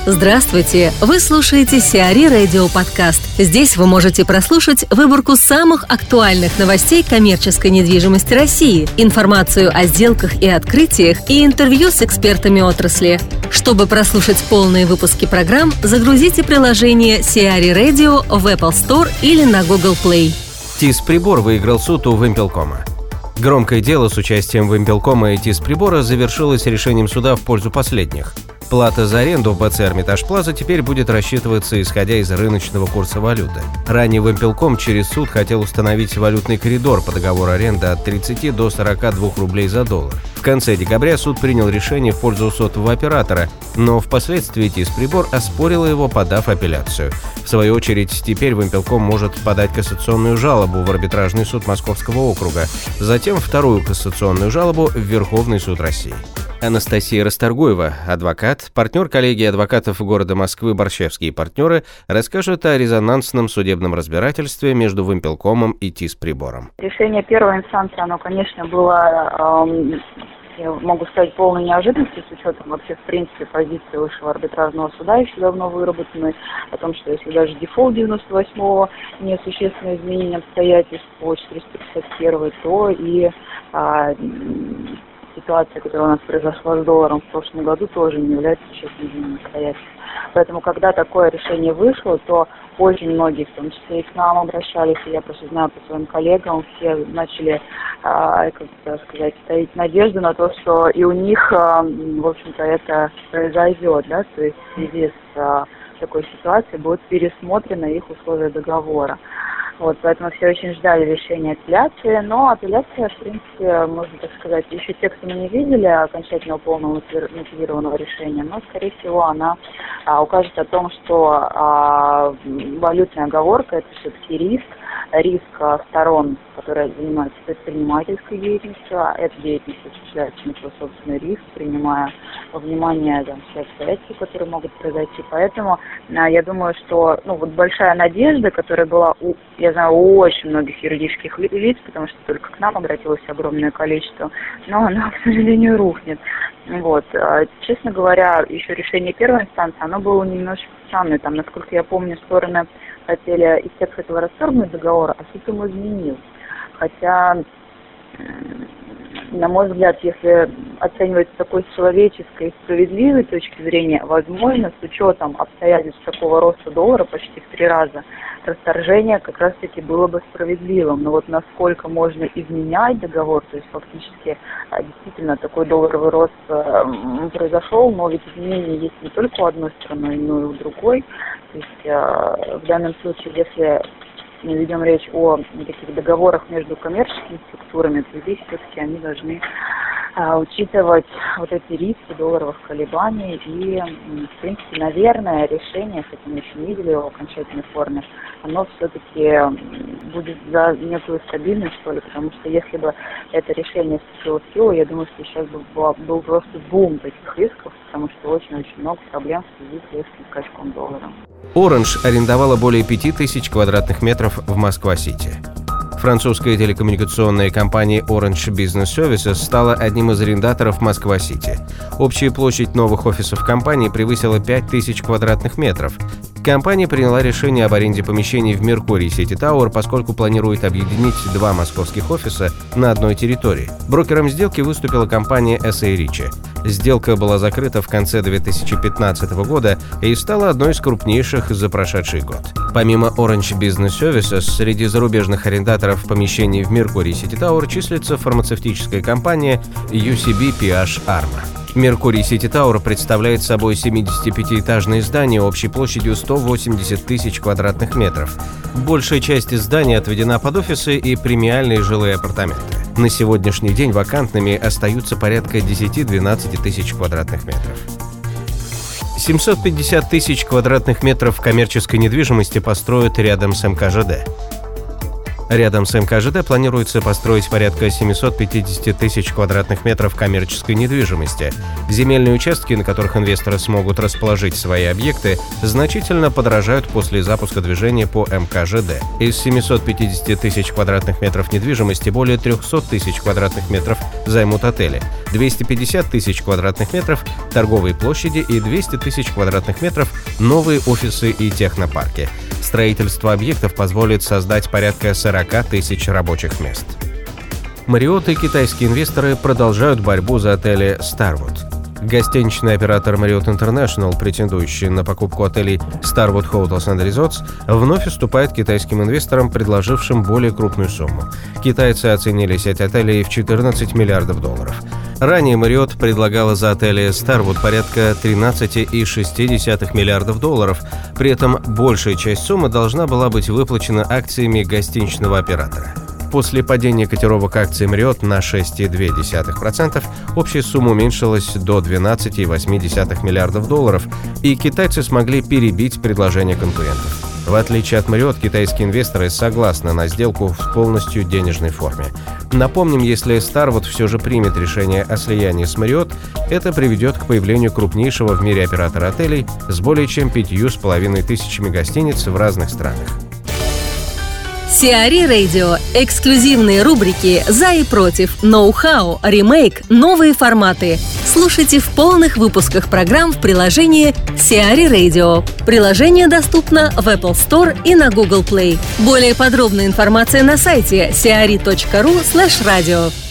Здравствуйте! Вы слушаете Сиари Радио Подкаст. Здесь вы можете прослушать выборку самых актуальных новостей коммерческой недвижимости России, информацию о сделках и открытиях и интервью с экспертами отрасли. Чтобы прослушать полные выпуски программ, загрузите приложение Сиари Radio в Apple Store или на Google Play. ТИС-прибор выиграл суд у Вимпелкома. Громкое дело с участием Вимпелкома и ТИС-прибора завершилось решением суда в пользу последних. Плата за аренду в БЦ «Эрмитаж Плаза» теперь будет рассчитываться, исходя из рыночного курса валюты. Ранее Вимпелком через суд хотел установить валютный коридор по договору аренды от 30 до 42 рублей за доллар. В конце декабря суд принял решение в пользу сотового оператора, но впоследствии ТИС-прибор оспорила его, подав апелляцию. В свою очередь, теперь Вимпелком может подать кассационную жалобу в арбитражный суд Московского округа, затем вторую кассационную жалобу в Верховный суд России. Анастасия Расторгуева, адвокат, партнер коллегии адвокатов города Москвы «Борщевские и партнеры», расскажет о резонансном судебном разбирательстве между Вимпелкомом и ТИС-прибором. Решение первой инстанции, оно, конечно, было, я могу сказать, полной неожиданностью с учетом вообще, в принципе, позиции высшего арбитражного суда, еще давно выработанной, о том, что если даже дефолт 98-го не существенное изменение обстоятельств по 451, то и ситуация, которая у нас произошла с долларом в прошлом году, тоже не является существенным изменением обстоятельств. Поэтому, когда такое решение вышло, то очень многие, в том числе и к нам, обращались, и я просто знаю по своим коллегам, все начали, ставить надежду на то, что и у них, в общем-то, это произойдет, да, то есть в связи с такой ситуацией будут пересмотрены их условия договора. Вот, поэтому все очень ждали решения апелляции, но апелляция, в принципе, можно так сказать, еще текста мы не видели окончательного полного мотивированного решения, но, скорее всего, она укажет о том, что валютная оговорка – это все-таки риск сторон, которые занимаются предпринимательской деятельностью, а эта деятельность осуществляется на свой собственный риск, принимая во внимание все обстоятельства, которые могут произойти. Поэтому я думаю, что большая надежда, которая была у очень многих юридических лиц, потому что только к нам обратилось огромное количество, но она, к сожалению, рухнет. Вот. Честно говоря, еще решение первой инстанции, оно было немножечко странное. Там, насколько я помню, стороны хотели из текста этого расторгнуть договор, а суд ему изменил. Хотя, на мой взгляд, если оценивать с такой человеческой и справедливой точки зрения, возможно, с учетом обстоятельств такого роста доллара почти в 3 раза, расторжение как раз-таки было бы справедливым. Но вот насколько можно изменять договор, то есть фактически действительно такой долларовый рост произошел, но ведь изменения есть не только у одной стороны, но и у другой. То есть в данном случае, если мы ведем речь о таких договорах между коммерческими структурами, то здесь все-таки они должны учитывать вот эти риски долларовых колебаний. И, в принципе, наверное, решение, хотя мы еще не видели его в окончательной форме, оно все-таки будет за некую стабильность, что ли, потому что если бы это решение вступило в силу, я думаю, что сейчас был просто бум таких рисков, потому что очень-очень много проблем в связи с резким скачком доллара. Orange арендовала более 5000 квадратных метров в Москва-Сити. Французская телекоммуникационная компания Orange Business Services стала одним из арендаторов Москва-Сити. Общая площадь новых офисов компании превысила 5000 квадратных метров. Компания приняла решение об аренде помещений в Mercury City Tower, поскольку планирует объединить 2 московских офиса на одной территории. Брокером сделки выступила компания S.A. Ritchie. Сделка была закрыта в конце 2015 года и стала одной из крупнейших за прошедший год. Помимо Orange Business Services, среди зарубежных арендаторов помещений в Mercury City Tower числится фармацевтическая компания UCB-PH Pharma. Mercury City Tower представляет собой 75-этажное здание общей площадью 180 тысяч квадратных метров. Большая часть здания отведена под офисы и премиальные жилые апартаменты. На сегодняшний день вакантными остаются порядка 10-12 тысяч квадратных метров. 750 тысяч квадратных метров коммерческой недвижимости построят рядом с МКЖД. Рядом с МКЖД планируется построить порядка 750 тысяч квадратных метров коммерческой недвижимости. Земельные участки, на которых инвесторы смогут расположить свои объекты, значительно подорожают после запуска движения по МКЖД. Из 750 тысяч квадратных метров недвижимости более 300 тысяч квадратных метров займут отели, 250 тысяч квадратных метров – торговые площади и 200 тысяч квадратных метров – новые офисы и технопарки. Строительство объектов позволит создать порядка 40 тысяч рабочих мест. Marriott и китайские инвесторы продолжают борьбу за отели Starwood. Гостиничный оператор Marriott International, претендующий на покупку отелей Starwood Hotels and Resorts, вновь уступает китайским инвесторам, предложившим более крупную сумму. Китайцы оценили сеть отелей в $14 миллиардов. Ранее Marriott предлагала за отели Starwood порядка $13,6 миллиардов. При этом большая часть суммы должна была быть выплачена акциями гостиничного оператора. После падения котировок акций Marriott на 6,2%, общая сумма уменьшилась до $12,8 миллиардов, и китайцы смогли перебить предложение конкурентов. В отличие от Marriott, китайские инвесторы согласны на сделку в полностью денежной форме. Напомним, если Starwood все же примет решение о слиянии с Marriott, это приведет к появлению крупнейшего в мире оператора отелей с более чем 5,5 тысячами гостиниц в разных странах. Сиари Radio. Эксклюзивные рубрики «За и против», «Ноу-хау», «Ремейк», «Новые форматы». Слушайте в полных выпусках программ в приложении Сиари Radio. Приложение доступно в Apple Store и на Google Play. Более подробная информация на сайте siari.ru/radio.